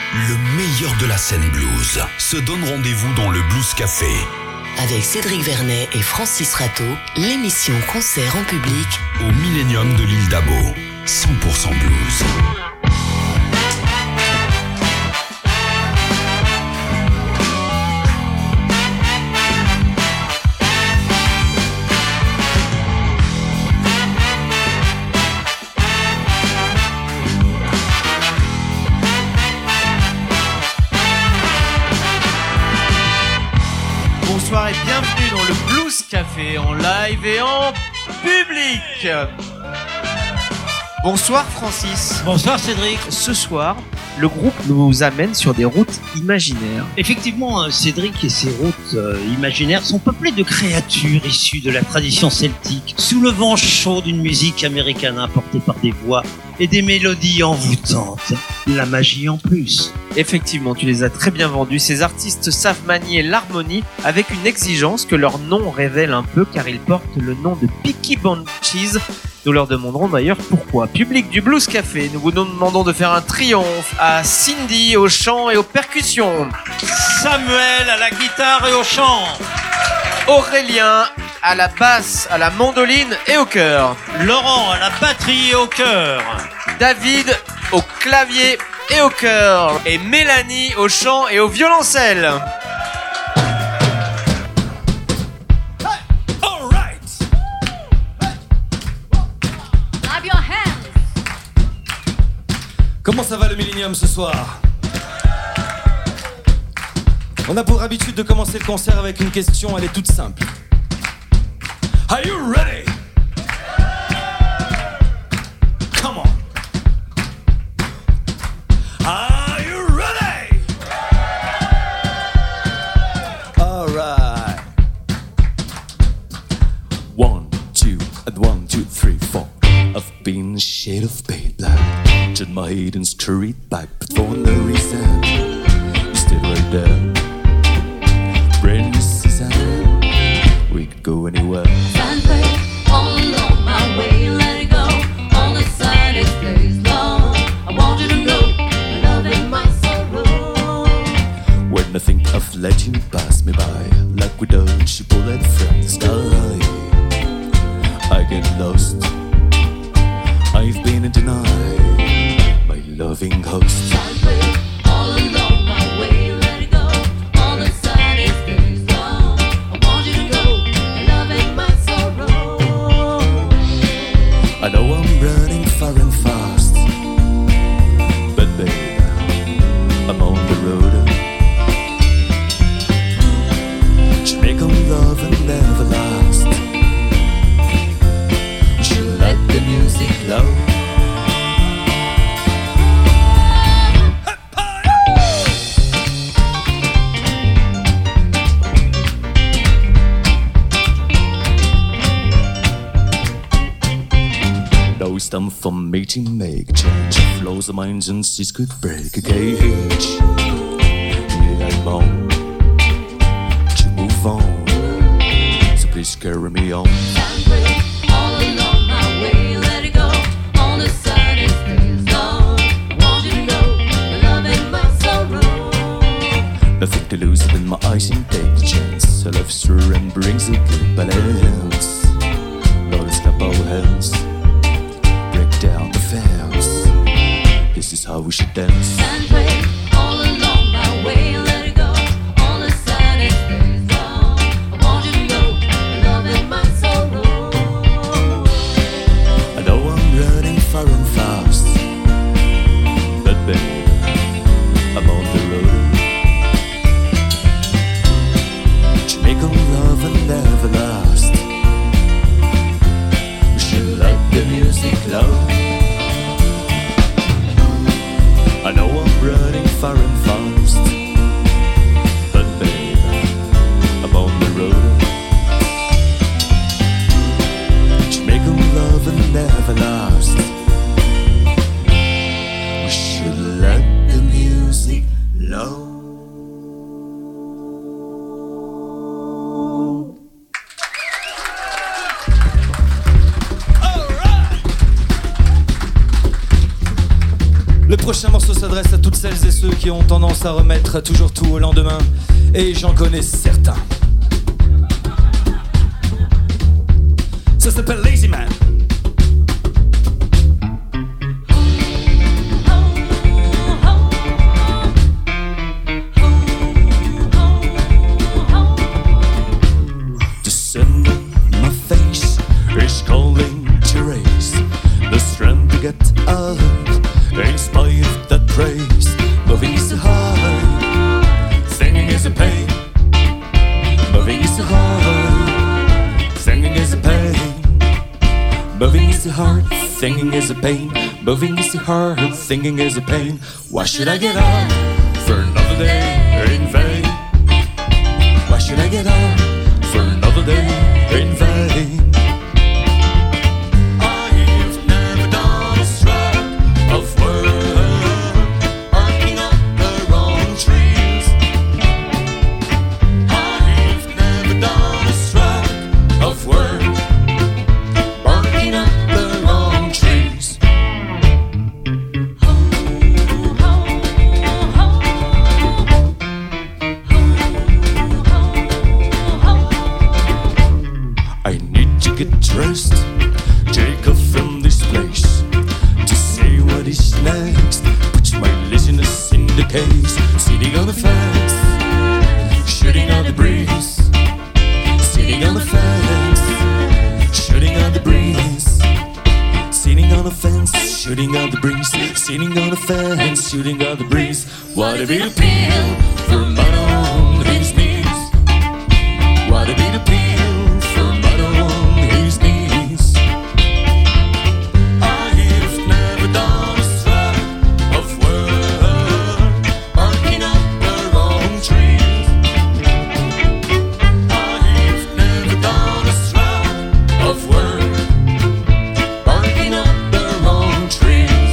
Le meilleur de la scène blues se donne rendez-vous dans le Blues Café. Avec Cédric Vernet et Francis Rateau, l'émission concert en public au Millennium de l'île d'Abo. 100% blues. Bonsoir et bienvenue dans le Blues Café en live et en public. Bonsoir Francis. Bonsoir Cédric. Ce soir, le groupe nous amène sur des routes imaginaires. Effectivement, Cédric et ses routes imaginaires sont peuplées de créatures issues de la tradition celtique, sous le vent chaud d'une musique américaine importée par des voix et des mélodies envoûtantes. La magie en plus. Effectivement, tu les as très bien vendus. Ces artistes savent manier l'harmonie avec une exigence que leur nom révèle un peu, car ils portent le nom de Peaky Bunches. Nous leur demanderons d'ailleurs pourquoi. Public du Blues Café, nous vous demandons de faire un triomphe à Cindy au chant et aux percussions, Samuel à la guitare et au chant, Aurélien à la basse, à la mandoline et au chœur, Laurent à la batterie et au chœur, David au clavier et au chœur, et Mélanie au chant et au violoncelle. Comment ça va le Millennium ce soir? On a pour habitude de commencer le concert avec une question, elle est toute simple. Are you ready? Come on. Are you ready? All right. 1, 2, and 1, 2, 3, 4. I've been a shade of pale black. Turn my head and scurried back, but for no reason. You stayed right there. Brand new season. We could go anywhere. Find way all along my way, let it go. On the side it stays long. I want you to know my love and my sorrow. When I think I've let you pass me by, like we dodge a bullet from the sky, I get lost. I've been in denial, my loving host. Find way all along my way, let it go. On the side it stays long. I want you to know my love and my sorrow. I know I'm running far and fast, but babe, I'm on the road. Jamaican love and never last. We should let the music flow. Now it's time for me to make a change. Flows of minds and seas could break a cage. Yeah, I'm on to move on, so please carry me on. Find way all along my way, let it go. On the side it stays long. I want you to know my love and my sorrow. Nothing to lose in my eyes and take the chance. I love stir and brings a good balance. Now let's clap our hands, break down the fence. This is how we should dance. Find way all along my way, let it go. On the side it stays long. I want you to know my love and my sorrow. I know I'm running far and fast, but babe, I'm on the road. Jamaican love and never last. We should let the music flow. I know I'm running far and fast, but babe, I'm on the road. Jamaican love and never last. We should let the music flow. prochain morceau s'adresse à toutes celles et ceux qui ont tendance à remettre toujours tout au lendemain. Et j'en connais certains. Ça s'appelle Lazy Man. The sun on my face is calling to raise the strength to get up in spite of that praise. Moving is hard, singing is a pain. Moving is hard, singing is a pain. Moving is hard, singing is a pain. Moving is hard, singing is a pain. Why should I get up for another day in vain? Why should I get up for another day in vain? I've never done a stroke of work, barking up the wrong trees. I've never done a stroke of work, barking up the wrong trees. I need to get dressed, take off from this place to see what is next. Put my laziness in the case, sitting on the fence, shooting on the breeze. Sitting on the fence, shooting on the breeze. Sitting on the fence, shooting on the breeze. Sitting on the fence, shooting on the breeze. What a bit of pill for mud on his knees. What a bit of pill for mud on his knees. I've never done a stroke of work, barking up the wrong trees. I've never done a stroke of work, barking up the wrong trees.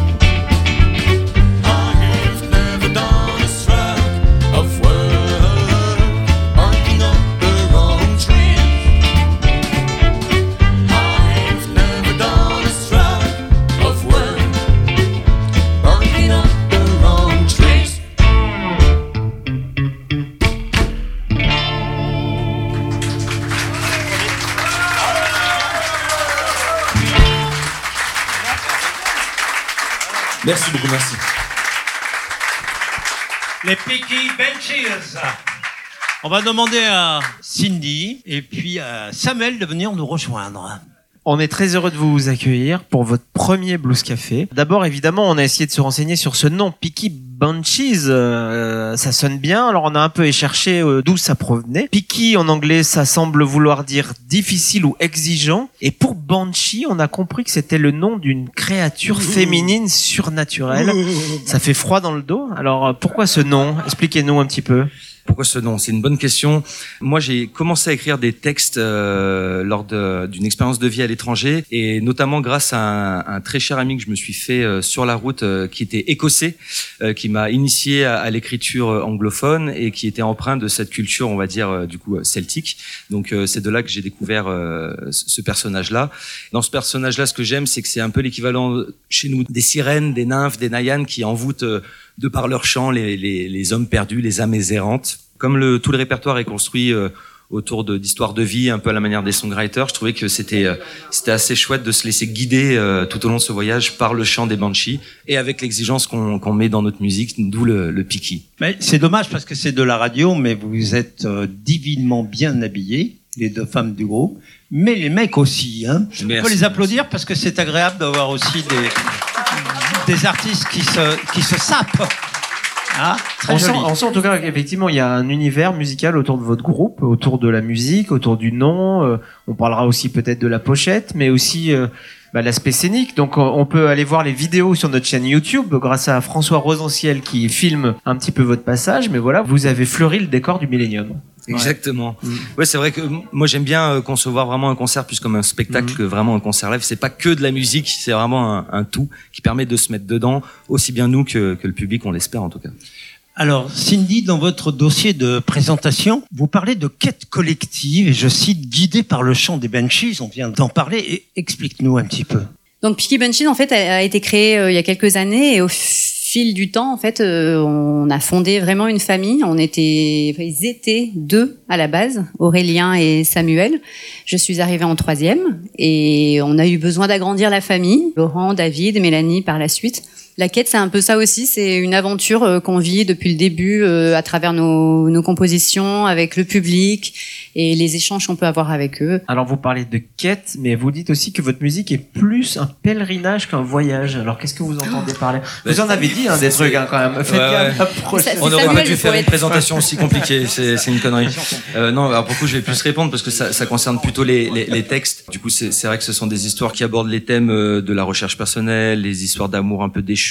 I've never done a stroke of work, barking up the wrong trees. I've never done a stroke of work, barking up the wrong trees. Merci beaucoup, merci. Les Peaky Benches. On va demander à Cindy et puis à Samuel de venir nous rejoindre. On est très heureux de vous accueillir pour votre premier Blues Café. D'abord, évidemment, on a essayé de se renseigner sur ce nom, Peaky Bunches. Ça sonne bien, alors on a un peu cherché d'où ça provenait. Peaky, en anglais, ça semble vouloir dire difficile ou exigeant. Et pour Banshee, on a compris que c'était le nom d'une créature féminine surnaturelle. Ça fait froid dans le dos. Alors, pourquoi ce nom? Expliquez-nous un petit peu. Pourquoi ce nom? C'est une bonne question. Moi, j'ai commencé à écrire des textes lors d'une expérience de vie à l'étranger, et notamment grâce à un très cher ami que je me suis fait sur la route, qui était écossais, qui m'a initié à l'écriture anglophone et qui était empreint de cette culture, on va dire, du coup, celtique. Donc, c'est de là que j'ai découvert ce personnage-là. Dans ce personnage-là, ce que j'aime, c'est que c'est un peu l'équivalent chez nous des sirènes, des nymphes, des naïanes qui envoûtent de par leur chant les hommes perdus, les âmes errantes. Comme tout le répertoire est construit autour d'histoires de vie, un peu à la manière des songwriters, je trouvais que c'était assez chouette de se laisser guider tout au long de ce voyage par le chant des Banshees et avec l'exigence qu'on met dans notre musique, d'où le Peaky. Mais c'est dommage parce que c'est de la radio, mais vous êtes divinement bien habillés, les deux femmes du groupe, mais les mecs aussi. Hein. On peut les applaudir parce que c'est agréable d'avoir aussi des artistes qui se sapent. Ah, on sent en tout cas qu'effectivement il y a un univers musical autour de votre groupe, autour de la musique, autour du nom. On parlera aussi peut-être de la pochette, mais aussi l'aspect scénique. Donc on peut aller voir les vidéos sur notre chaîne YouTube grâce à François Rosenciel qui filme un petit peu votre passage. Mais voilà, vous avez fleuri le décor du Millennium. Exactement. Ouais, c'est vrai que moi j'aime bien concevoir vraiment un concert plus comme un spectacle que vraiment un concert live. C'est pas que de la musique, c'est vraiment un tout qui permet de se mettre dedans, aussi bien nous que le public, on l'espère en tout cas. Alors, Cindy, dans votre dossier de présentation, vous parlez de quête collective, et je cite, guidée par le chant des Banshees, on vient d'en parler, et explique-nous un petit peu. Donc Peaky Bunches, en fait, a été créé il y a quelques années, et au fil du temps, en fait, on a fondé vraiment une famille. Ils étaient 2 à la base, Aurélien et Samuel. Je suis arrivée en 3e et on a eu besoin d'agrandir la famille. Laurent, David, Mélanie par la suite. La quête, c'est un peu ça aussi. C'est une aventure qu'on vit depuis le début à travers nos compositions, avec le public et les échanges qu'on peut avoir avec eux. Alors vous parlez de quête, mais vous dites aussi que votre musique est plus un pèlerinage qu'un voyage. Alors qu'est-ce que vous entendez par là? Vous en avez dit des trucs quand même. Faites gaffe à la prochaine. On n'aurait pas dû faire une présentation aussi compliquée, c'est une connerie. Non, alors pour le coup, je vais plus répondre parce que ça concerne plutôt les textes. Du coup, c'est vrai que ce sont des histoires qui abordent les thèmes de la recherche personnelle, les histoires d'amour un peu déchues,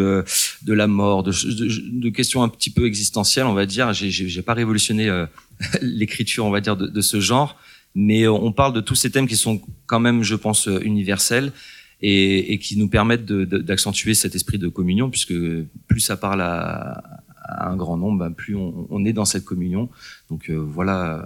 de la mort, de questions un petit peu existentielles, on va dire. J'ai pas révolutionné l'écriture, on va dire, de ce genre, mais on parle de tous ces thèmes qui sont quand même, je pense, universels et qui nous permettent d'accentuer cet esprit de communion, puisque plus ça parle à un grand nombre, plus on est dans cette communion. Donc voilà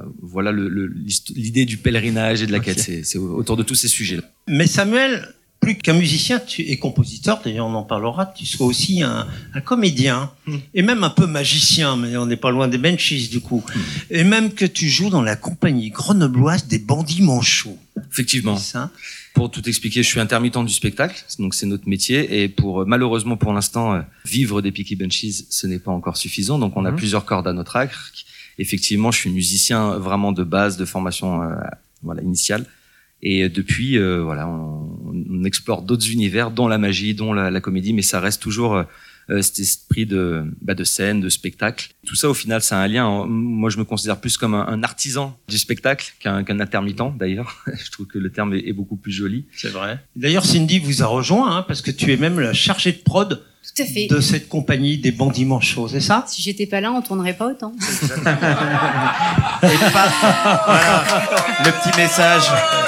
l'idée du pèlerinage et de la quête. C'est autour de tous ces sujets-là. Mais Samuel, plus qu'un musicien et compositeur, d'ailleurs on en parlera, tu sois aussi un comédien et même un peu magicien, mais on n'est pas loin des Banshees du coup. Et même que tu joues dans la compagnie grenobloise des Bandits Manchots. Effectivement. C'est ça. Pour tout expliquer, je suis intermittent du spectacle, donc c'est notre métier. Et malheureusement pour l'instant, vivre des Peaky Banshees, ce n'est pas encore suffisant. Donc on a plusieurs cordes à notre arc. Effectivement, je suis musicien vraiment de base, de formation initiale. Et depuis, on explore d'autres univers, dont la magie, dont la comédie, mais ça reste toujours cet esprit de scène, de spectacle. Tout ça, au final, c'est un lien. Moi, je me considère plus comme un artisan du spectacle qu'un intermittent, d'ailleurs. Je trouve que le terme est beaucoup plus joli. C'est vrai. D'ailleurs, Cindy vous a rejoint, parce que tu es même la chargée de prod Tout à fait. de cette compagnie des Bandits Manchots, c'est ça? Si j'étais pas là, on tournerait pas autant. Et paf, voilà, le petit message.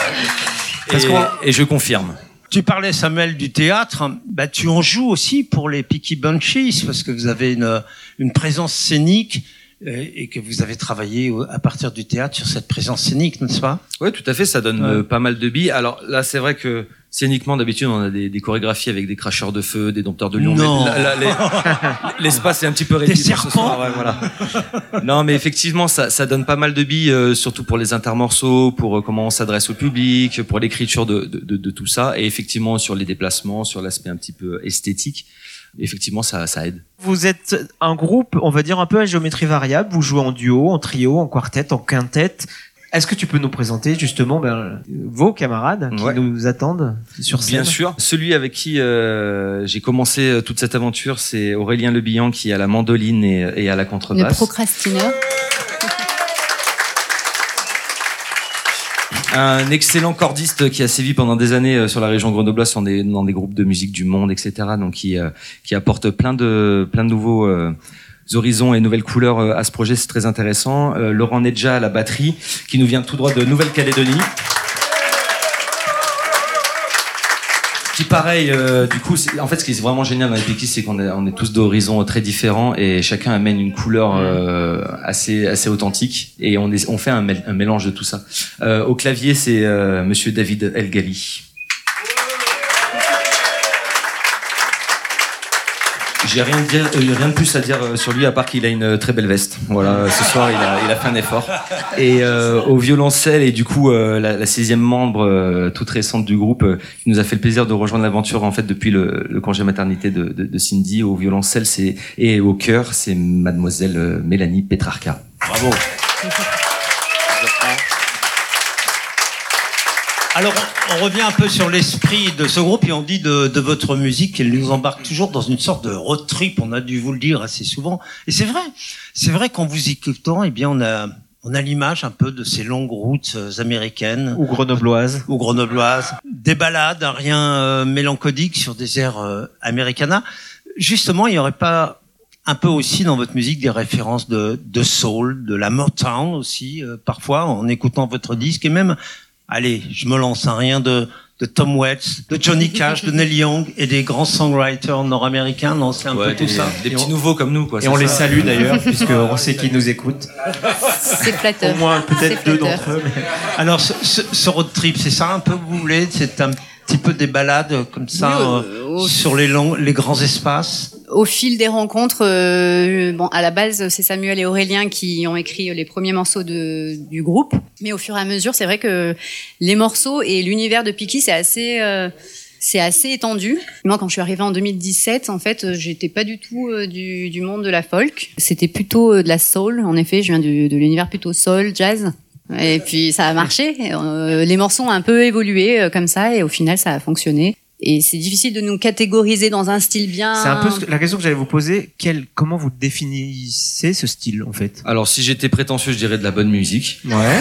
Et je confirme. Tu parlais, Samuel, du théâtre. Tu en joues aussi pour les Peaky Banshees parce que vous avez une présence scénique et que vous avez travaillé à partir du théâtre sur cette présence scénique, n'est-ce pas? Oui, tout à fait. Ça donne pas mal de billes. Alors là, c'est vrai que scéniquement, d'habitude, on a des chorégraphies avec des cracheurs de feu, des dompteurs de lions. Non. L'espace est un petit peu réduit. Des serpents. Ouais, voilà. Non, mais effectivement, ça donne pas mal de billes, surtout pour les intermorceaux, pour comment on s'adresse au public, pour l'écriture de tout ça, et effectivement sur les déplacements, sur l'aspect un petit peu esthétique. Effectivement, ça aide. Vous êtes un groupe, on va dire un peu à géométrie variable. Vous jouez en duo, en trio, en quartet, en quintette. Est-ce que tu peux nous présenter justement vos camarades qui nous attendent sur scène? Bien sûr. Celui avec qui j'ai commencé toute cette aventure, c'est Aurélien Lebihan qui est à la mandoline et à la contrebasse. Le procrastineur. Un excellent cordiste qui a sévi pendant des années sur la région grenobloise dans des groupes de musique du monde, etc. Donc qui apporte plein de nouveaux horizons et nouvelles couleurs à ce projet, c'est très intéressant. Laurent Nedja à la batterie, qui nous vient tout droit de Nouvelle-Calédonie. Qui pareil, du coup, en fait, ce qui est vraiment génial dans les Peaky, c'est qu'on est tous d'horizons très différents et chacun amène une couleur assez authentique et on fait un mélange de tout ça. Au clavier, c'est Monsieur David El Ghali. J'ai rien de plus à dire sur lui à part qu'il a une très belle veste. Voilà, ce soir il a fait un effort. Et au violoncelle et du coup la 6e membre toute récente du groupe qui nous a fait le plaisir de rejoindre l'aventure en fait depuis le congé maternité de Cindy. Au violoncelle et au chœur c'est mademoiselle Mélanie Petrarca. Bravo. Alors, on revient un peu sur l'esprit de ce groupe et on dit de votre musique qu'elle nous embarque toujours dans une sorte de road trip. On a dû vous le dire assez souvent. Et c'est vrai qu'en vous écoutant, eh bien, on a l'image un peu de ces longues routes américaines. Ou grenobloises. Des balades, rien mélancoliques sur des airs americana. Justement, il n'y aurait pas un peu aussi dans votre musique des références de soul, de la Motown aussi, parfois, en écoutant votre disque et même... Allez, je me lance, rien de Tom Waits, de Johnny Cash, de Neil Young et des grands songwriters nord-américains. Non, c'est un peu tout ça. Des petits nouveaux comme nous, quoi. Et on les salue d'ailleurs, puisqu'on sait qu'ils nous écoutent. C'est flatteur. Au moins, peut-être 2 d'entre eux. Mais... Alors, ce road trip, c'est ça un peu que vous voulez? C'est un petit peu des balades comme ça sur les grands espaces. Au fil des rencontres, bon, à la base, c'est Samuel et Aurélien qui ont écrit les premiers morceaux du groupe. Mais au fur et à mesure, c'est vrai que les morceaux et l'univers de Picky, c'est assez étendu. Moi, quand je suis arrivée en 2017, en fait, j'étais pas du tout du monde de la folk. C'était plutôt de la soul. En effet, je viens de l'univers plutôt soul, jazz. Et puis ça a marché. Les morceaux ont un peu évolué comme ça, et au final, ça a fonctionné. Et c'est difficile de nous catégoriser dans un style bien. C'est un peu la question que j'allais vous poser. Comment vous définissez ce style, en fait? Alors, si j'étais prétentieux, je dirais de la bonne musique. Ouais.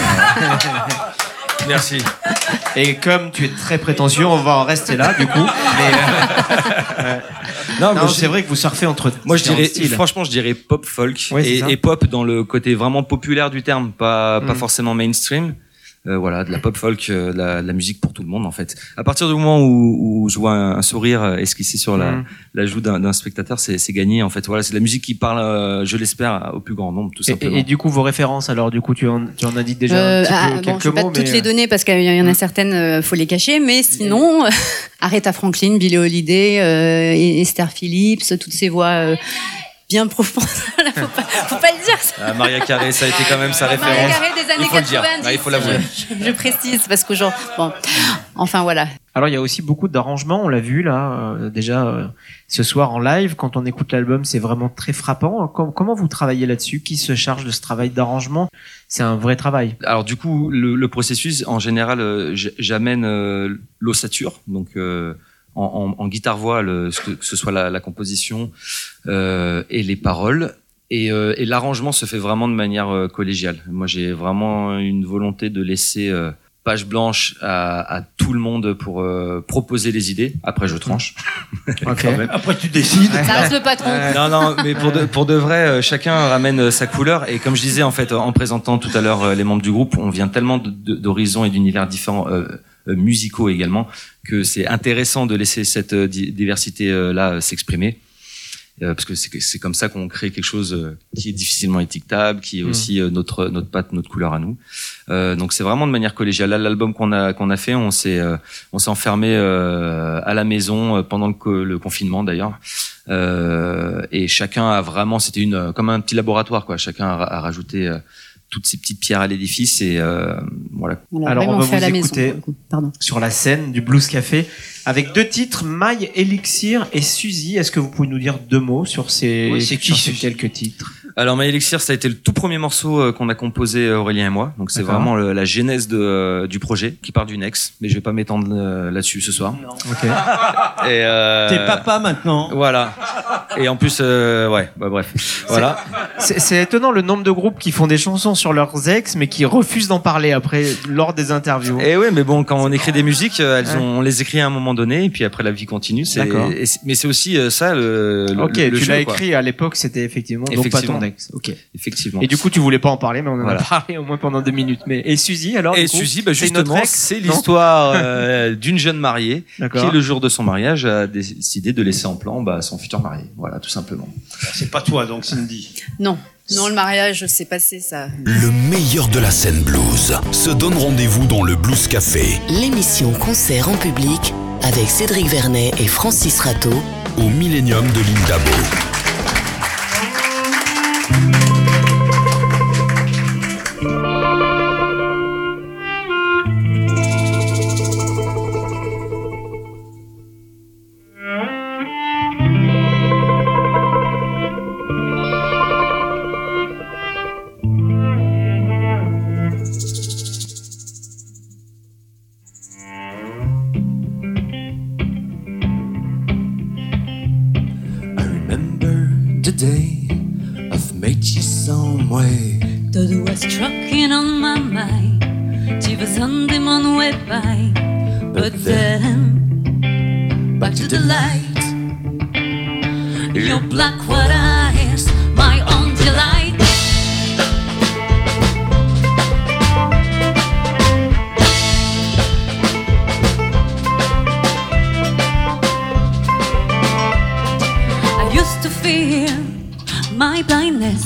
Merci. Et comme tu es très prétentieux, on va en rester là, du coup. Mais, non, c'est vrai que vous surfez entre. Moi, franchement, je dirais pop folk, Ouais, et pop dans le côté vraiment populaire du terme, pas forcément mainstream. Voilà, de la pop folk, de la musique pour tout le monde, en fait. À partir du moment où je vois un sourire esquissé sur la joue d'un spectateur, c'est gagné, en fait. Voilà, c'est de la musique qui parle, je l'espère, au plus grand nombre, tout simplement. Et du coup, vos références, alors, du coup, tu en indiques déjà un petit peu, quelques je vais mots. pas toutes les donner parce qu'il y en a certaines, faut les cacher, mais sinon, Aretha Franklin, Billie Holiday, Esther Phillips, toutes ces voix bien profondes. Faut pas le dire, ça. Maria Carey, ça a été quand même sa référence. Maria Carey des années Il faut le 90. dire. Il faut l'avouer. Je précise parce que bon, enfin voilà. Alors, il y a aussi beaucoup d'arrangements, on l'a vu là, déjà ce soir en live. Quand on écoute l'album, c'est vraiment très frappant. Comment vous travaillez là-dessus? Qui se charge de ce travail d'arrangement? C'est un vrai travail. Alors, du coup, le processus, en général, j'amène l'ossature, donc en guitare-voix, que ce soit la composition et les paroles. Et l'arrangement se fait vraiment de manière collégiale. Moi, j'ai vraiment une volonté de laisser page blanche à tout le monde pour proposer les idées. Après, je tranche. Okay. Après, tu décides. Ça reste le patron. Non, mais pour de vrai, chacun ramène sa couleur. Et comme je disais, en fait, en présentant tout à l'heure les membres du groupe, on vient tellement d'horizons et d'univers différents, musicaux également, que c'est intéressant de laisser cette diversité là s'exprimer. Parce que c'est comme ça qu'on crée quelque chose qui est difficilement étiquetable, qui est aussi notre patte, notre couleur à nous. Donc c'est vraiment de manière collégiale. Là, l'album qu'on a fait, on s'est enfermé à la maison pendant le confinement d'ailleurs. Et chacun a vraiment, c'était comme un petit laboratoire, quoi. Chacun a rajouté toutes ces petites pierres à l'édifice, et voilà. Alors on va vous écouter sur la scène du Blues Café avec 2 titres, My Elixir et Suzy. Est-ce que vous pouvez nous dire 2 mots sur ces quelques titres? Alors My Elixir, ça a été le tout premier morceau qu'on a composé Aurélien et moi. Donc c'est vraiment la genèse du projet, qui part d'une ex, mais je vais pas m'étendre là-dessus ce soir. Non. Ok. Et t'es papa maintenant. Voilà. Et en plus, bref. Voilà. C'est étonnant le nombre de groupes qui font des chansons sur leurs ex, mais qui refusent d'en parler après lors des interviews. Et oui, mais bon, quand on écrit des musiques, on les écrit à un moment donné, et puis après la vie continue. Mais c'est aussi ça le tu jeu, l'as quoi. écrit à l'époque, c'était effectivement donc pas ton ex. Ok. Effectivement. Et du coup, tu voulais pas en parler, mais on en a parlé au moins pendant 2 minutes. Et Suzy, alors? Et Suzy, justement, c'est l'histoire d'une jeune mariée qui, le jour de son mariage, a décidé de laisser en plan son futur marié. Voilà, tout simplement. C'est pas toi, donc, Cindy. Non, le mariage s'est passé, ça. Le meilleur de la scène blues se donne rendez-vous dans le Blues Café. L'émission Concert en public avec Cédric Vernet et Francis Rateau Au Millennium de l'île d'Abo. Day I've met you some way. Todo was trucking on my mind. Tive Sunday mon way by. But then back to the light. Your black white eyes, my own delight. I used to feel my blindness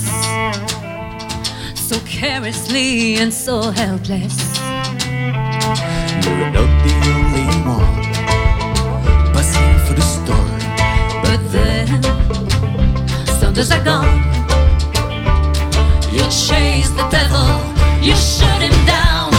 so carelessly and so helpless. You're not the only one passing for the storm. But then others are gone. You chase the devil, you shut him down.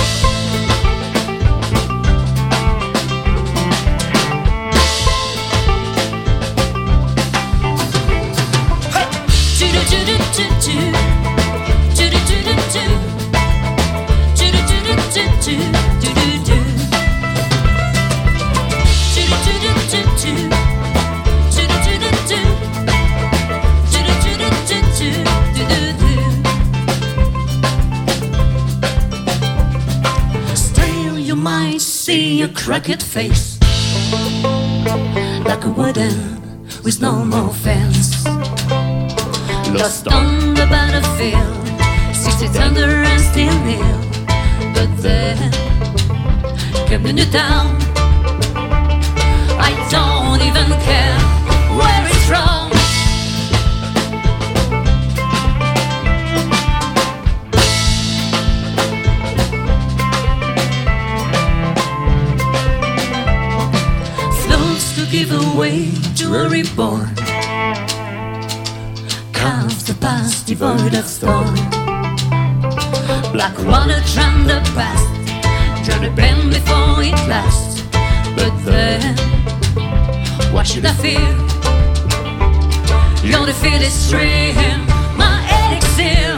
Still you might see a cracked face, like a wooden with no more fence. Lost on the battlefield, seated under and still kneel. But then came the new town. I don't even care where it's from. Floats to give away to a reborn. Carves the past devoid of storm. Black water drowned the past, draw the pen before it lasts. But then, why should I fear? You're the fearless stream, my elixir.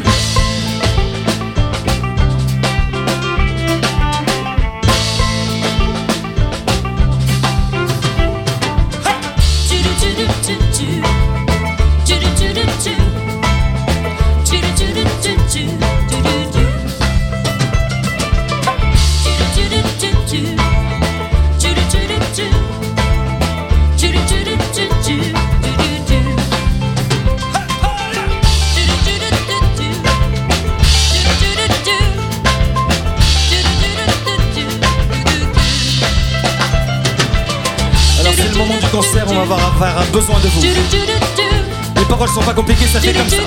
Alors c'est le moment du concert, on va avoir besoin de vous. Les paroles sont pas compliquées, ça fait comme ça.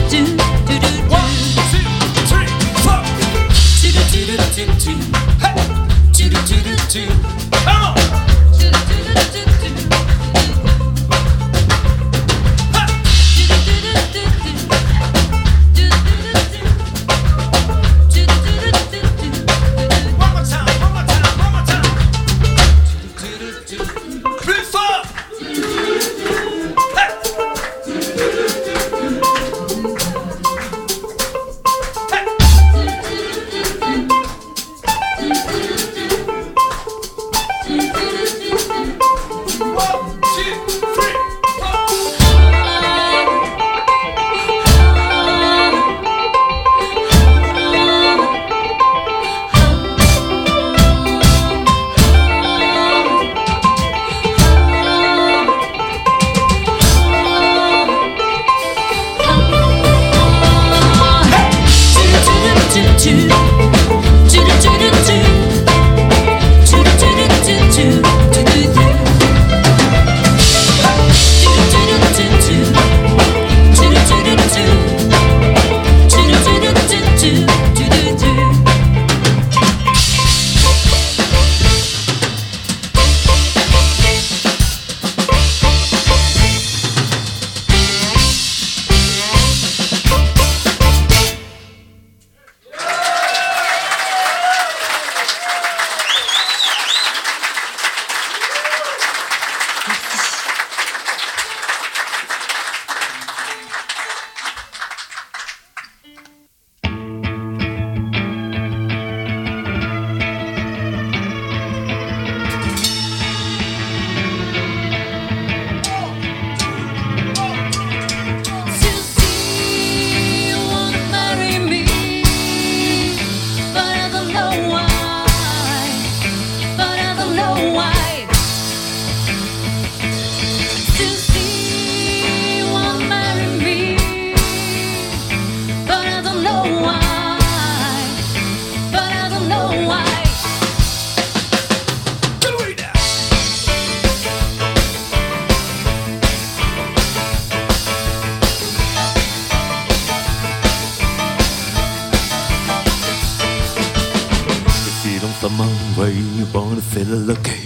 Come on, where you wanna feel lucky.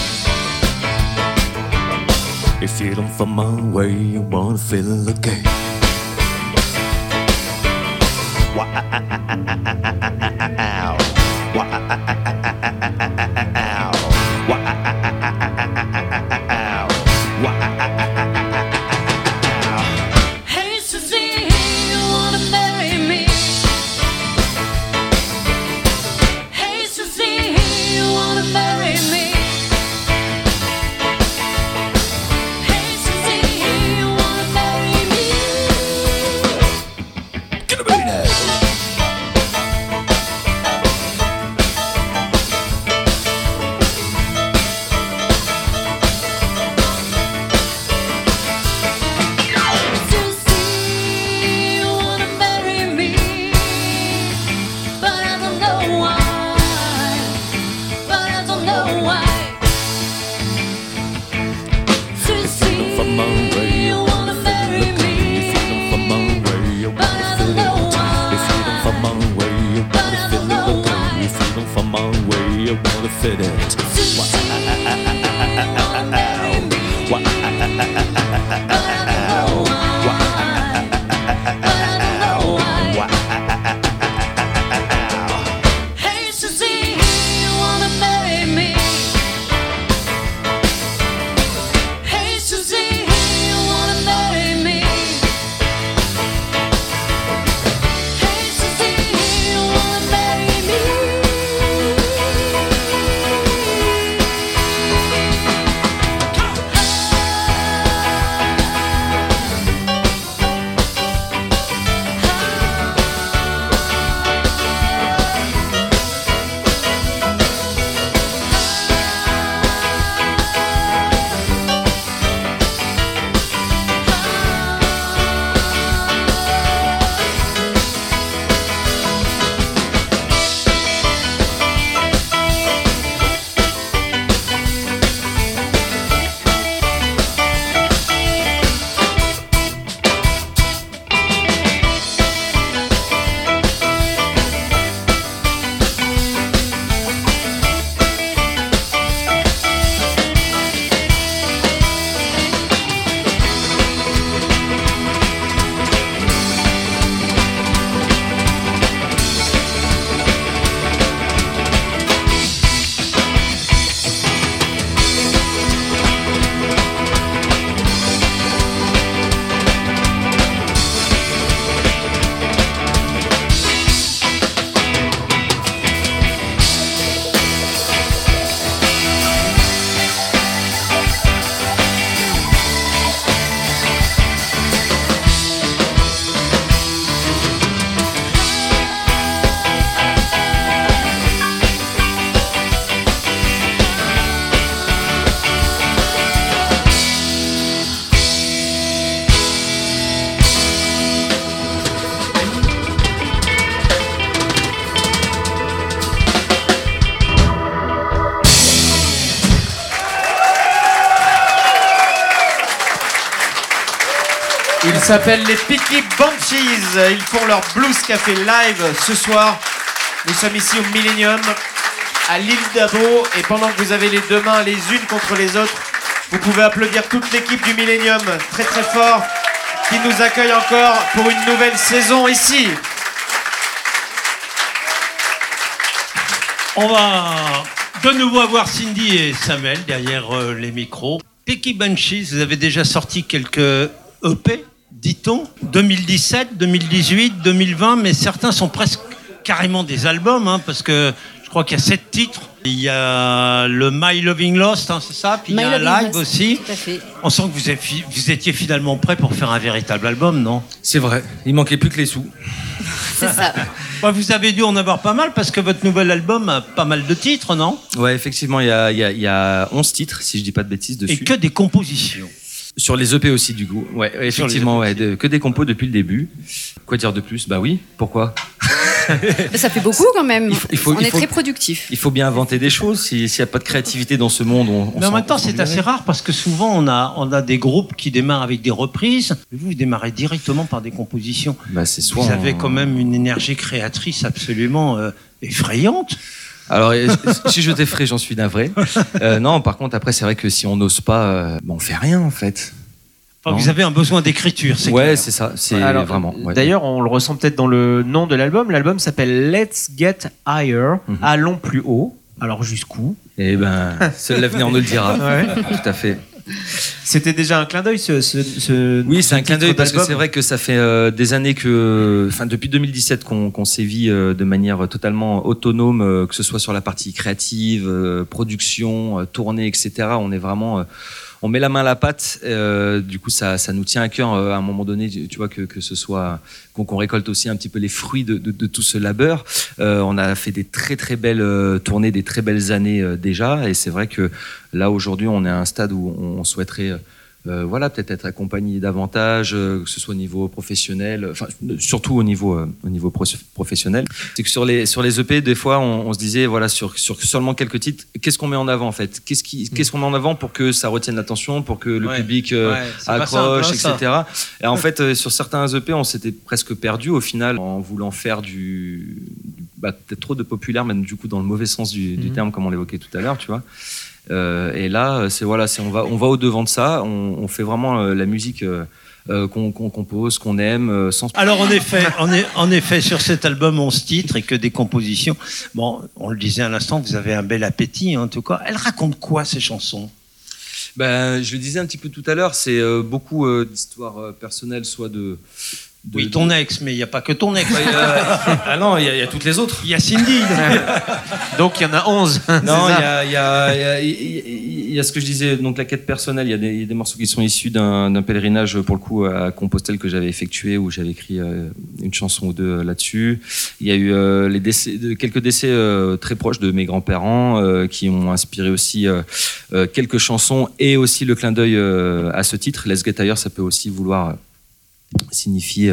If you don't from my way, you wanna feel lucky. Hey Susie, you wanna marry me? Hey Susie, you wanna marry me? Hey Susie, you wanna marry me? Susie, you wanna marry me? But I don't know why. But I don't know why. Susie, you wanna marry me? But I don't know why. But I don't know why. Susie, you wanna marry me? But I don't know why. But I don't know why. Hey Susie, you wanna marry me? Hey Susie, you wanna marry me? Hey Susie, you wanna marry me? Ils s'appellent les Peaky Banshees. Ils font leur Blues Café live ce soir. Nous sommes ici au Millennium, à l'île d'Abo. Et pendant que vous avez les deux mains les unes contre les autres, vous pouvez applaudir toute l'équipe du Millennium très très fort qui nous accueille encore pour une nouvelle saison ici. On va de nouveau avoir Cindy et Samuel derrière les micros. Peaky Banshees, vous avez déjà sorti quelques EP, dit-on, 2017, 2018, 2020, mais certains sont presque carrément des albums, hein, parce que je crois qu'il y a 7 titres. Il y a le My Loving Lost, hein, c'est ça, puis il y a un live aussi. Tout à fait. On sent que vous étiez finalement prêt pour faire un véritable album, non? C'est vrai, il manquait plus que les sous. C'est ça. Bah, vous avez dû en avoir pas mal, parce que votre nouvel album a pas mal de titres, non? Ouais, effectivement, il y a 11 titres, si je dis pas de bêtises, dessus. Et que des compositions. Sur les EP aussi, du coup. Ouais, effectivement, ouais, que des compos depuis le début. Quoi dire de plus? Bah oui, pourquoi? Mais ça fait beaucoup quand même. On est faut- très productif. Il faut bien inventer des choses. S'il n'y a pas de créativité dans ce monde, on Mais en s'en- même temps, on s'en c'est dirait. assez rare parce que souvent, on a des groupes qui démarrent avec des reprises. Mais vous démarrez directement par des compositions. Bah, c'est soit Vous avez quand même une énergie créatrice absolument effrayante. Alors, si je t'effraie, j'en suis navré. Non, par contre, après, c'est vrai que si on n'ose pas, on fait rien, en fait. Enfin, vous avez un besoin d'écriture, c'est Ouais, clair. c'est ça. C'est Alors, vraiment. Ouais. D'ailleurs, on le ressent peut-être dans le nom de l'album. L'album s'appelle Let's Get Higher. Allons plus haut. Alors jusqu'où? Eh ben, seul l'avenir nous le dira. Ouais. Tout à fait. C'était déjà un clin d'œil Oui, c'est un clin d'œil titre parce que d'album. c'est vrai que ça fait des années depuis 2017 qu'on sévit de manière totalement autonome, que ce soit sur la partie créative, production, tournée, etc. On est vraiment, on met la main à la pâte. Du coup, ça nous tient à cœur à un moment donné, tu vois, que ce soit qu'on récolte aussi un petit peu les fruits de tout ce labeur. On a fait des très très belles tournées, des très belles années déjà, et c'est vrai que là aujourd'hui, on est à un stade où on souhaiterait voilà, peut-être être accompagné davantage, que ce soit au niveau professionnel, enfin surtout au niveau professionnel. C'est que sur les EP, des fois, on se disait voilà sur seulement quelques titres, qu'est-ce qu'on met en avant en fait, qu'est-ce qu'on met en avant pour que ça retienne l'attention, pour que le public accroche, etc. Et en fait, sur certains EP, on s'était presque perdu au final en voulant faire peut-être trop de populaire, même du coup dans le mauvais sens du terme, comme on l'évoquait tout à l'heure, tu vois. Et là, on va au devant de ça. On fait vraiment la musique qu'on compose, qu'on aime, sans. Alors en effet, sur cet album 11 titres et que des compositions. Bon, on le disait à l'instant, vous avez un bel appétit en tout cas. Elles racontent quoi ces chansons? Ben, je le disais un petit peu tout à l'heure, c'est beaucoup d'histoires personnelles, soit de. Oui, ton ex, mais il n'y a pas que ton ex. Ah non, il y a toutes les autres. Il y a Cindy. Donc il y en a 11. Non, il y a ce que je disais, donc la quête personnelle. Il y a des morceaux qui sont issus d'un pèlerinage, pour le coup, à Compostelle que j'avais effectué, où j'avais écrit une chanson ou deux là-dessus. Il y a eu quelques décès très proches de mes grands-parents qui ont inspiré aussi quelques chansons et aussi le clin d'œil à ce titre. Let's Get Higher, ça peut aussi vouloir signifier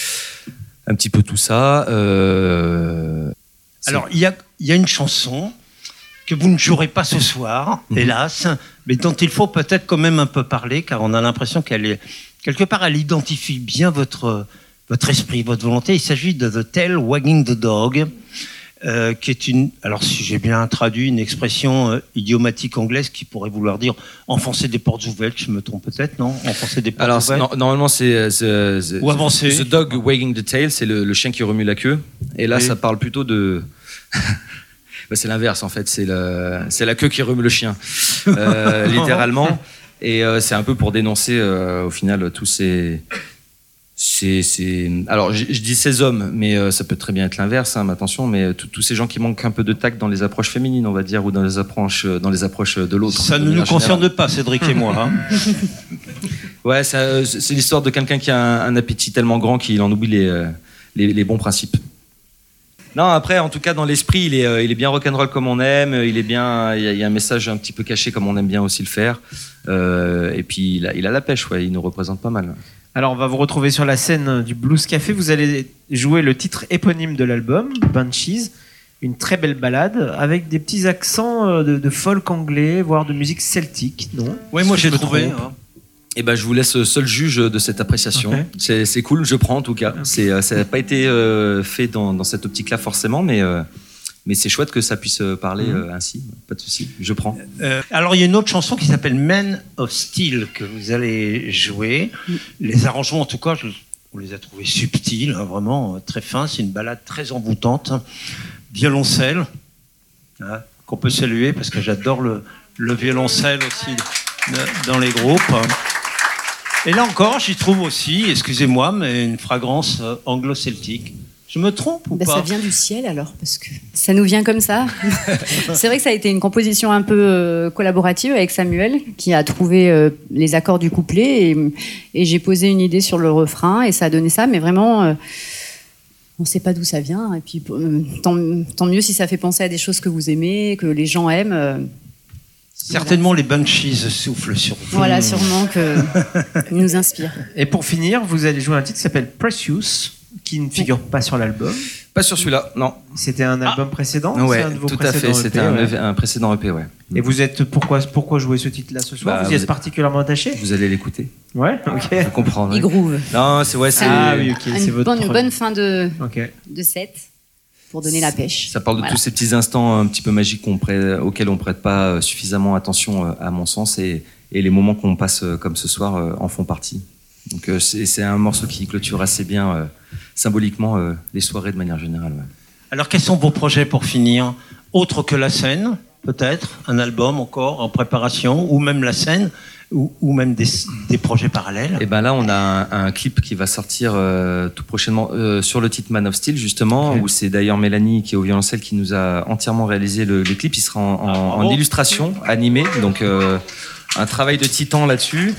un petit peu tout ça. Alors, il y a une chanson que vous ne jouerez pas ce soir, hélas, mais dont il faut peut-être quand même un peu parler, car on a l'impression qu'elle est quelque part, elle identifie bien votre esprit, votre volonté. Il s'agit de The Tail Wagging the Dog, qui est alors si j'ai bien traduit, une expression idiomatique anglaise qui pourrait vouloir dire enfoncer des portes ouvertes. Je me trompe peut-être, non? Enfoncer des portes ouvertes. Alors normalement c'est ou avancer. The Dog Wagging the Tail, c'est le chien qui remue la queue. Et là, ça parle plutôt de c'est l'inverse en fait. C'est la queue qui remue le chien, littéralement. Et c'est un peu pour dénoncer au final tous ces. Alors, je dis ces hommes, mais ça peut très bien être l'inverse, hein, mais attention, mais tous ces gens qui manquent un peu de tact dans les approches féminines, on va dire, ou dans les approches de l'autre. Ça ne nous concerne pas, Cédric et moi. Hein. Ouais, c'est l'histoire de quelqu'un qui a un appétit tellement grand qu'il en oublie les bons principes. Non, après, en tout cas, dans l'esprit, il est bien rock'n'roll comme on aime. Il y a un message un petit peu caché comme on aime bien aussi le faire. Et puis, il a la pêche, ouais, il nous représente pas mal. Alors, on va vous retrouver sur la scène du Blues Café. Vous allez jouer le titre éponyme de l'album, Banshees, une très belle ballade avec des petits accents de folk anglais, voire de musique celtique, non? Oui, moi j'ai trouvé. Eh ben, je vous laisse seul juge de cette appréciation. Okay. C'est cool, je prends en tout cas. Okay. Ça n'a pas été fait dans cette optique-là forcément, mais c'est chouette que ça puisse parler ainsi. Pas de souci, je prends. Alors, il y a une autre chanson qui s'appelle Men of Steel que vous allez jouer. Les arrangements, en tout cas, on les a trouvés subtils, hein, vraiment très fins. C'est une ballade très envoûtante. Violoncelle, hein, qu'on peut saluer parce que j'adore le violoncelle aussi dans les groupes. Et là encore, j'y trouve aussi, excusez-moi, mais une fragrance anglo-celtique. Je me trompe ou pas? Ça vient du ciel alors, parce que ça nous vient comme ça. C'est vrai que ça a été une composition un peu collaborative avec Samuel, qui a trouvé les accords du couplet, et j'ai posé une idée sur le refrain, et ça a donné ça, mais vraiment, on ne sait pas d'où ça vient, et puis tant mieux si ça fait penser à des choses que vous aimez, que les gens aiment. Certainement, voilà. Les Banshees soufflent sur vous. Voilà, sûrement que nous inspire. Et pour finir, vous allez jouer un titre qui s'appelle Precious, qui ne figure pas sur l'album. Pas sur celui-là, non. C'était un album précédent? Ouais, tout à fait. C'était un précédent EP, ouais. Et vous êtes pourquoi jouer ce titre-là ce soir? Vous y êtes particulièrement attaché? Vous allez l'écouter. Ouais, ok. Vous comprendrez. Il groove. Non, c'est Ah oui, ok. C'est une bonne fin de set. Pour donner la pêche. Ça parle de tous ces petits instants un petit peu magiques auxquels on prête pas suffisamment attention à mon sens, et et les moments qu'on passe comme ce soir en font partie. Donc c'est un morceau qui clôture assez bien symboliquement les soirées de manière générale. Ouais. Alors quels sont vos projets pour finir? Autre que la scène, peut-être un album encore en préparation, ou même la scène, ou même des projets parallèles? Et ben là, on a un clip qui va sortir tout prochainement sur le titre Man of Steel, justement, où c'est d'ailleurs Mélanie qui est au violoncelle qui nous a entièrement réalisé le clip. Il sera en illustration animée, donc un travail de titan là-dessus.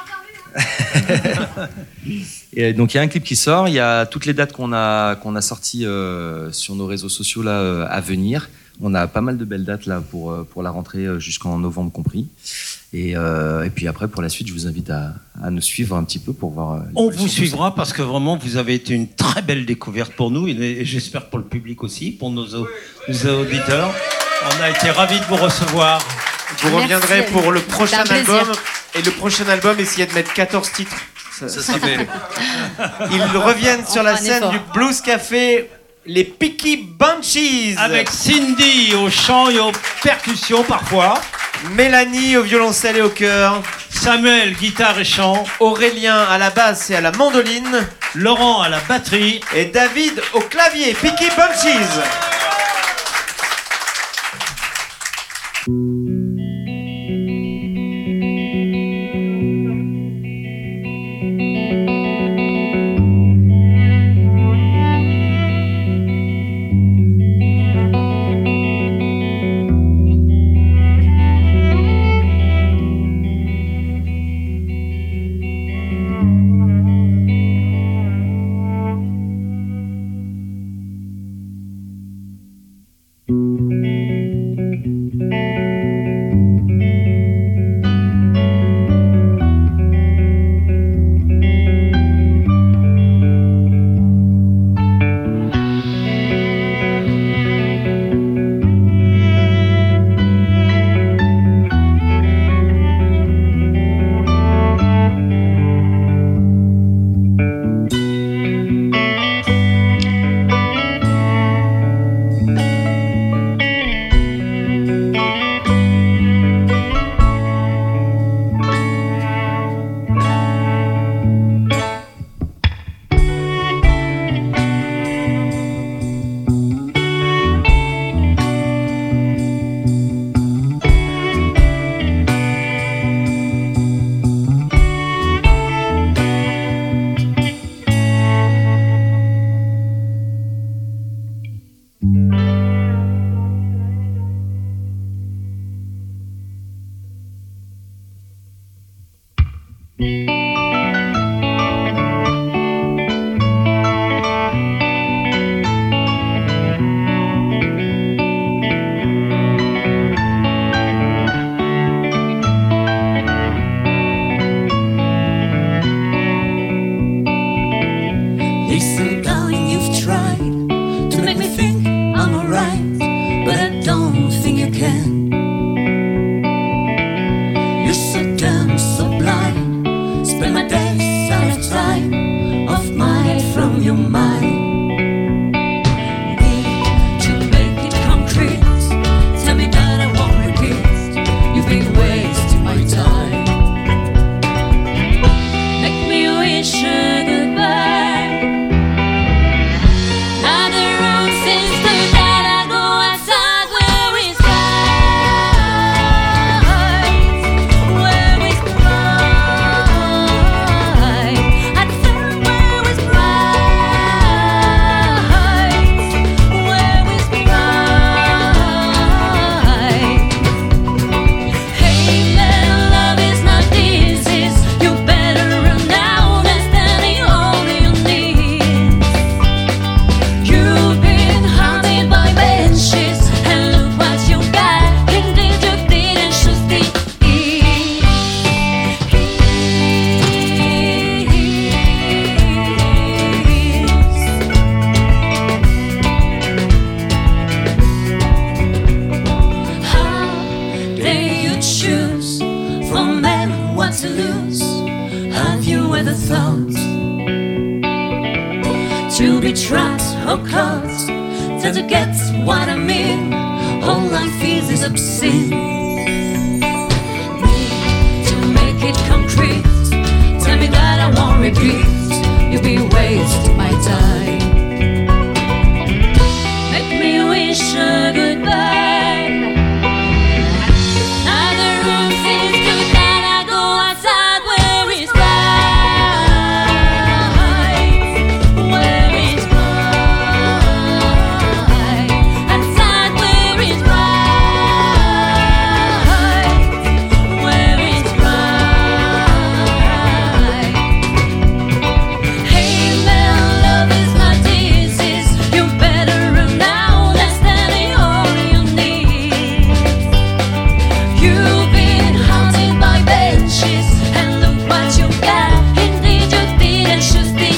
Et donc il y a un clip qui sort, il y a toutes les dates qu'on a sorties sur nos réseaux sociaux là à venir. On a pas mal de belles dates là pour la rentrée jusqu'en novembre compris. Et puis après pour la suite, je vous invite à nous suivre un petit peu pour voir. On vous suivra parce que vraiment vous avez été une très belle découverte pour nous et j'espère pour le public aussi, pour nos auditeurs. On a été ravis de vous recevoir. Vous reviendrez pour le prochain album. Et le prochain album, essayez de mettre 14 titres. Ça serait fait. Ils reviennent sur la scène du Blues Café, les Peaky Bunchies. Avec Cindy au chant et aux percussions parfois. Mélanie au violoncelle et au chœur. Samuel, guitare et chant. Aurélien à la basse et à la mandoline. Laurent à la batterie. Et David au clavier. Peaky Bunchies. to be trapped or caught, till you get what I mean. All life is obscene. Need to repeat, you'll be wasting my time. Make me wish a goodbye. Now the room seems too tight, I go outside where it's bright, where it's bright, outside where it's bright, where it's bright. Hey man, love is my disease. You better run now, that's standing all you need. You've been haunted by benches, and look what you got. Indeed, you didn't choose the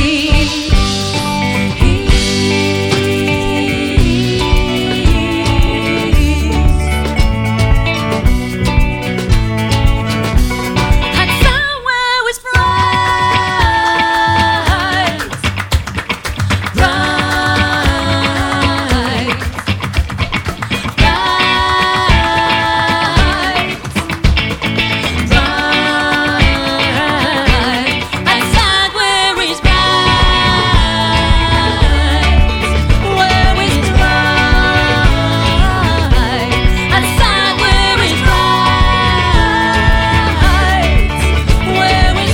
outside where it's bright, bright, bright, outside where it's bright, where it's bright, outside where it's bright, where it's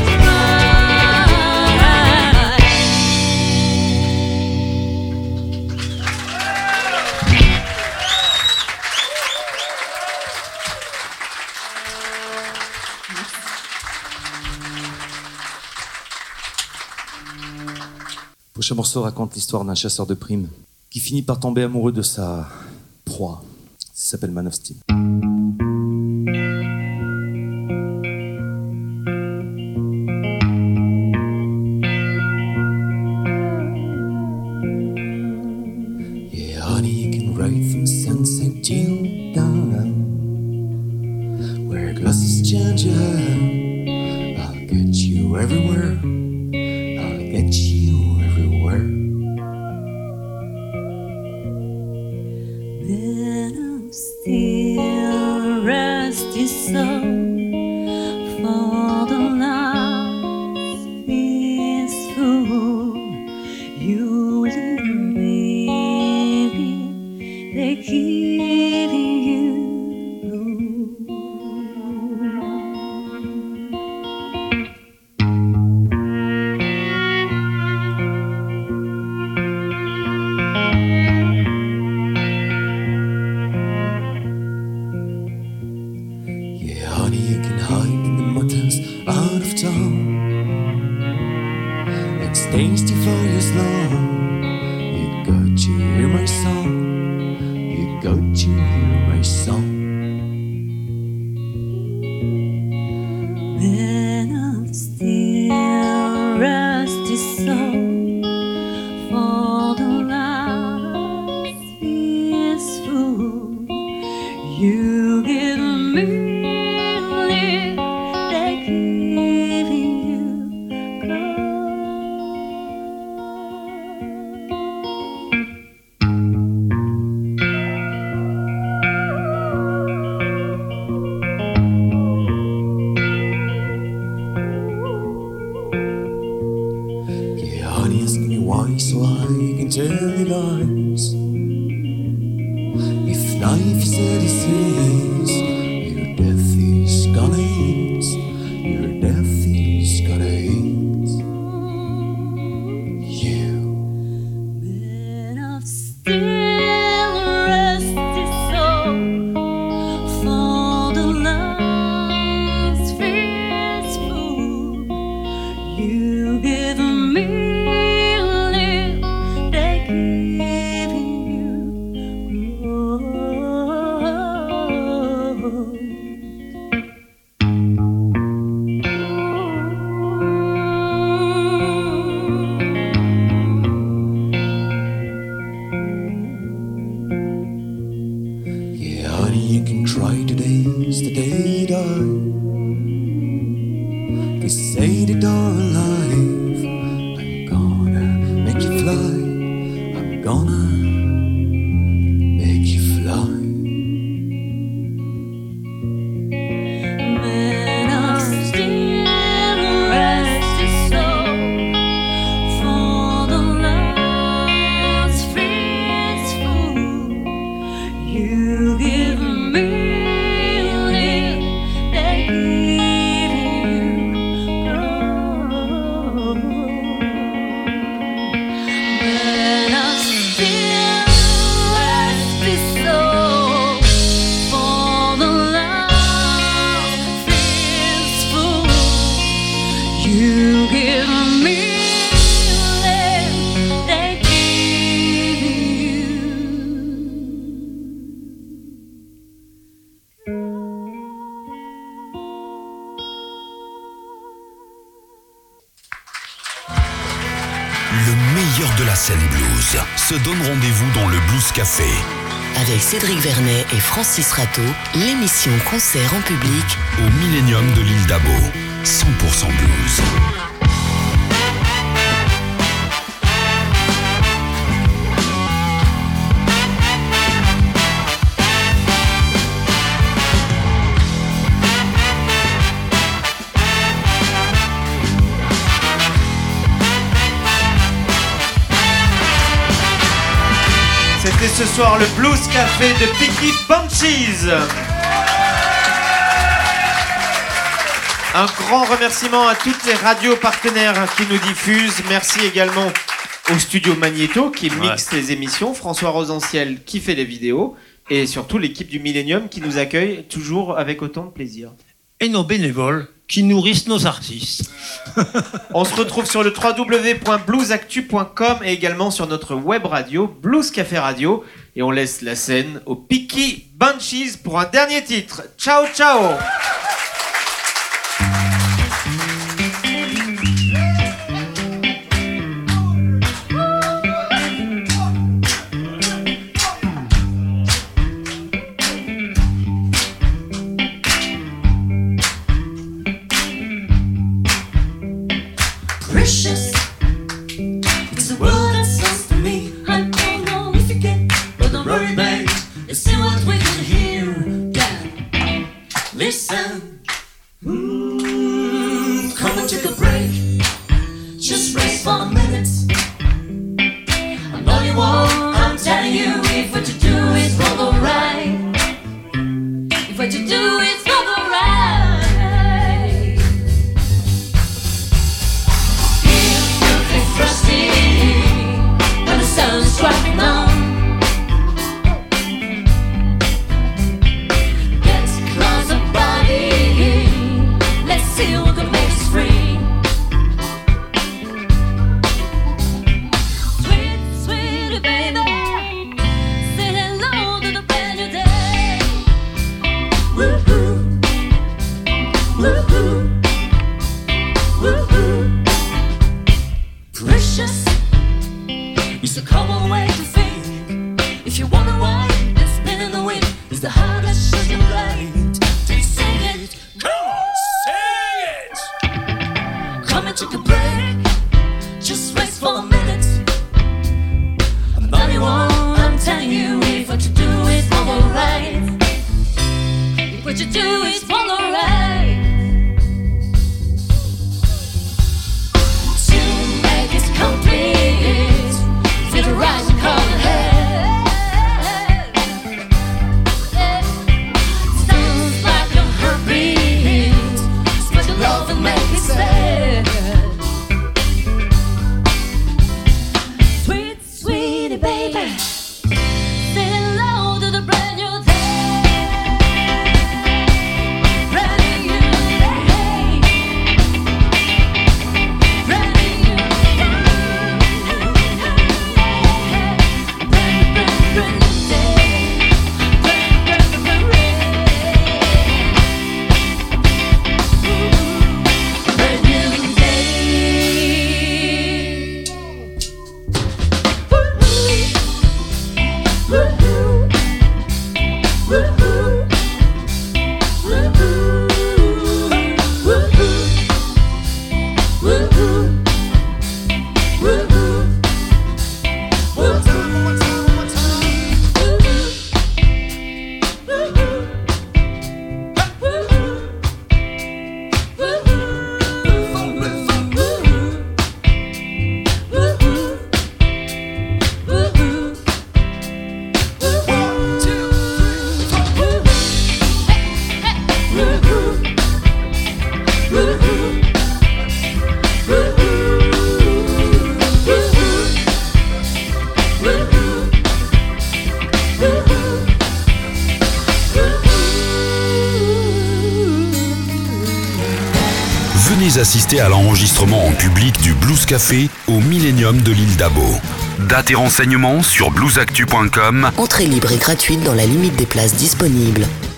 Le prochain morceau raconte l'histoire d'un chasseur de primes qui finit par tomber amoureux de sa proie. Ça s'appelle Man of Steel. Yeah, honey, you can ride from sunset till dawn, where glasses change your hair. I'll get you everywhere. I'll get you everywhere. Man of steel, rusty soul, for the last peaceful. You literally, they're giving you. Yeah, honey, you can hide in the mountains out of town. It stays too far as long. You got to hear my song. You got to hear my song. Man of steel, rusty soul, for the last peaceful. You give me live, they're giving you Yeah, honey, ask me why, so I can tell you lies. If life is a disease, your death is gonna eat. Your death is gonna eat you. Man of steel, rusty soul, for the last fierce fool. You give me live, they're giving you glory. Le meilleur de la scène blues se donne rendez-vous dans le Blues Café. Avec Cédric Vernet et Francis Rateau, l'émission concert en public au Millennium de l'île d'Abo. 100% blues. C'était ce soir le Blues Café de Picky Bunches. Un grand remerciement à toutes les radios partenaires qui nous diffusent. Merci également au studio Magnéto qui mixe les émissions, François Rosanciel qui fait les vidéos et surtout l'équipe du Millennium qui nous accueille toujours avec autant de plaisir. Et nos bénévoles qui nourrissent nos artistes. On se retrouve sur le www.bluesactu.com et également sur notre web radio Blues Café Radio et on laisse la scène aux Picky Bunches pour un dernier titre. Ciao ciao. Precious, it's a word that sounds to me. I don't know if you get, but don't worry, babe. Let's see what we can hear. Yeah, listen. Come and take a break. Just rest for a minute. I know you won't. I'm telling you, if what you do is not alright. If what you do is not alright. When the sun's striking on, let's close the body. Let's see what can make us free. Sweet, sweet baby, say hello to the brand new day. Woo-hoo, woo-hoo, woo-hoo. Precious, it's a common way to think. If you wonder why it's spin in the wind, it's the heart that shows you right. Sing it, come on, sing it. Come and take a break, just rest for a minute. I'm not the one, I'm telling you, if what you do is not alright. If what you do is not alright. Complete, feel the rising color head. Sounds like a heartbeat. Spread the love and make it sad. Sweet, sweetie baby, say hello to the brand new day. Brand new day. Brand new. Venez assister à l'enregistrement en public du Blues Café au Millennium de l'île d'Abo. Date et renseignements sur bluesactu.com. Entrée libre et gratuite dans la limite des places disponibles.